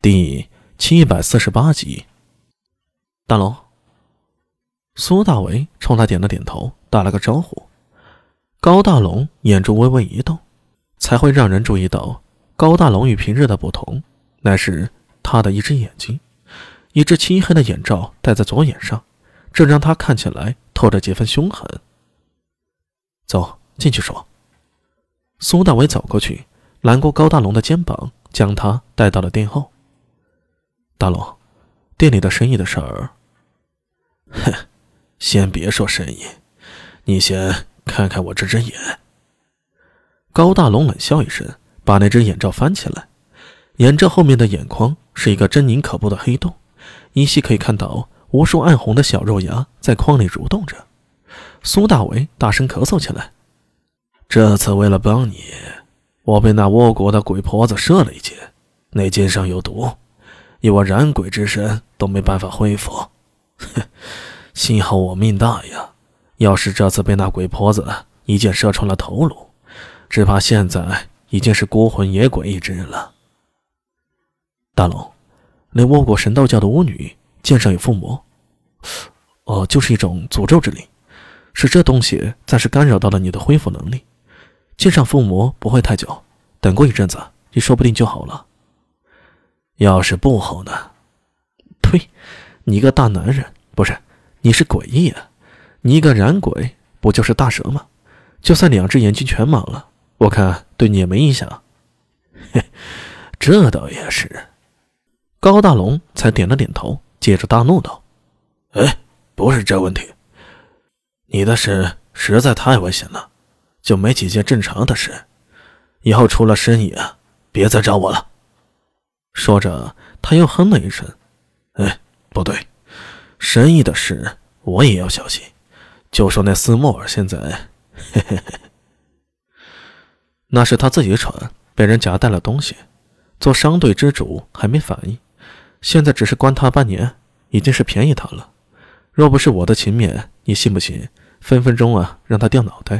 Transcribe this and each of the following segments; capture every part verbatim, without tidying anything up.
第七百四十八集。大龙。苏大为冲他点了点头，打了个招呼。高大龙眼珠微微一动，才会让人注意到高大龙与平日的不同，乃是他的一只眼睛，一只漆黑的眼罩戴在左眼上，这让他看起来透着几分凶狠。走，进去说。苏大为走过去，揽过高大龙的肩膀，将他带到了店后。大龙，店里的生意的事儿…… 哼，先别说生意，你先看看我这只眼。 高大龙冷笑一声，把那只眼罩翻起来，眼罩后面的眼眶是一个狰狞可怖的黑洞，依稀可以看到无数暗红的小肉芽在框里蠕动着。苏大为大声咳嗽起来。 这次为了帮你，我被那倭国的鬼婆子射了一箭，那箭上有毒，以我染鬼之身都没办法恢复。哼，幸好我命大呀，要是这次被那鬼婆子一箭射穿了头颅，只怕现在已经是孤魂野鬼一只了。 大龙，那倭国神道教的巫女剑上有附魔，哦，就是一种诅咒之力，是这东西暂时干扰到了你的恢复能力。剑上附魔不会太久，等过一阵子你说不定就好了。 要是不好呢？ 呸，你一个大男人，不是，你是鬼异啊，你一个染鬼不就是大蛇吗？就算两只眼睛全盲了，我看对你也没影响。 嘿，这倒也是。 高大龙才点了点头，接着大怒道： 哎，不是这问题，你的事实在太危险了，就没几件正常的事，以后出了生意啊，别再找我了。 说着他又哼了一声。 哎，不对，生意的事我也要小心，就说那斯莫尔现在嘿嘿嘿， 那是他自己蠢，被人夹带了东西，做商队之主还没反应，现在只是关他半年，已经是便宜他了。若不是我的情面，你信不信分分钟啊让他掉脑袋。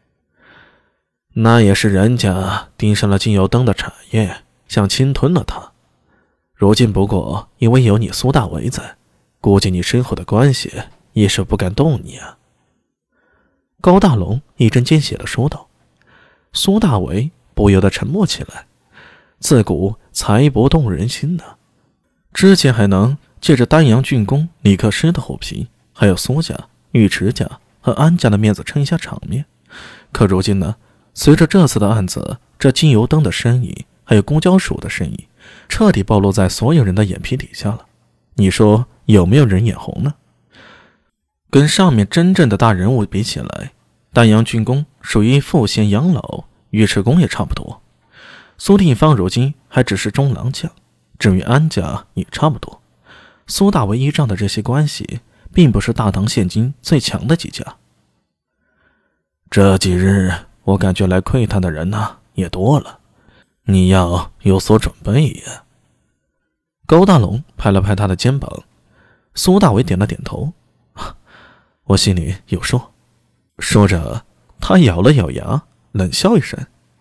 那也是人家盯上了精油灯的产业，想侵吞了他。如今不过因为有你苏大为在，估计你身后的关系一时不敢动你啊。 高大龙一针见血地说道。苏大为不由得沉默起来，自古财不动人心呢、啊，之前还能借着丹阳郡公李克师的虎皮，还有苏家、尉迟家和安家的面子撑一下场面，可如今呢，随着这次的案子，这金油灯的生意还有公交署的生意彻底暴露在所有人的眼皮底下了，你说有没有人眼红呢？跟上面真正的大人物比起来，丹阳郡公属于赋闲养老，尉迟恭也差不多，苏定方如今还只是中郎将，至于安家也差不多。苏大为依仗的这些关系并不是大唐现今最强的几家。 这几日我感觉来窥探的人呢、啊、也多了，你要有所准备呀。 高大龙拍了拍他的肩膀，苏大为点了点头，我心里有数。说着他咬了咬牙，冷笑一声，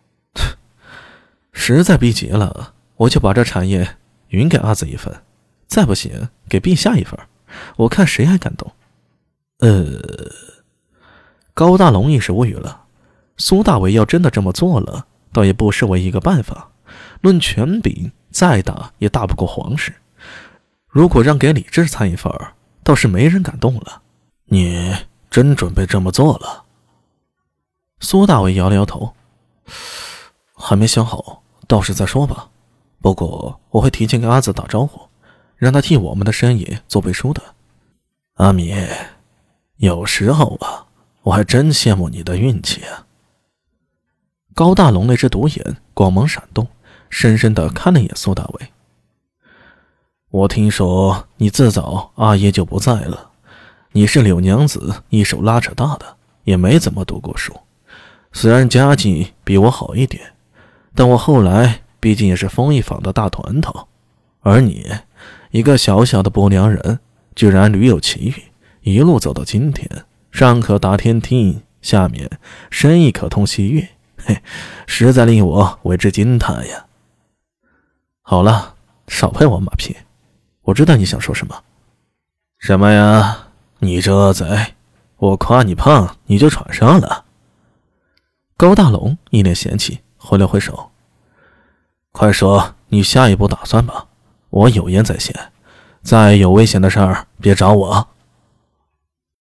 实在逼急了，我就把这产业匀给阿紫一份，再不行给陛下一份，我看谁还敢动。呃，高大龙一时无语了，苏大为要真的这么做了，倒也不失为一个办法，论权柄再大也大不过皇室，如果让给李治参一份，倒是没人敢动了。 你真准备这么做了？ 苏大为摇了摇头，还没想好，到时再说吧。不过我会提前跟阿紫打招呼，让他替我们的生意做背书的。 阿米，有时候啊，我还真羡慕你的运气啊。 高大龙那只独眼光芒闪动，深深地看了一眼苏大为。 我听说你自早阿爷就不在了，你是柳娘子一手拉扯大的，也没怎么读过书，虽然家境比我好一点，但我后来毕竟也是风一坊的大团头，而你一个小小的不良人，居然屡有奇遇，一路走到今天，上可达天庭，下面生意可通西域，嘿，实在令我为之惊叹呀。 好了， 少拍我马屁，我知道你想说什么。 什么呀？你这恶贼，我夸你胖你就喘上了。 高大龙一脸嫌弃，挥了挥手。 快说你下一步打算吧，我有言在先，再有危险的事儿别找我。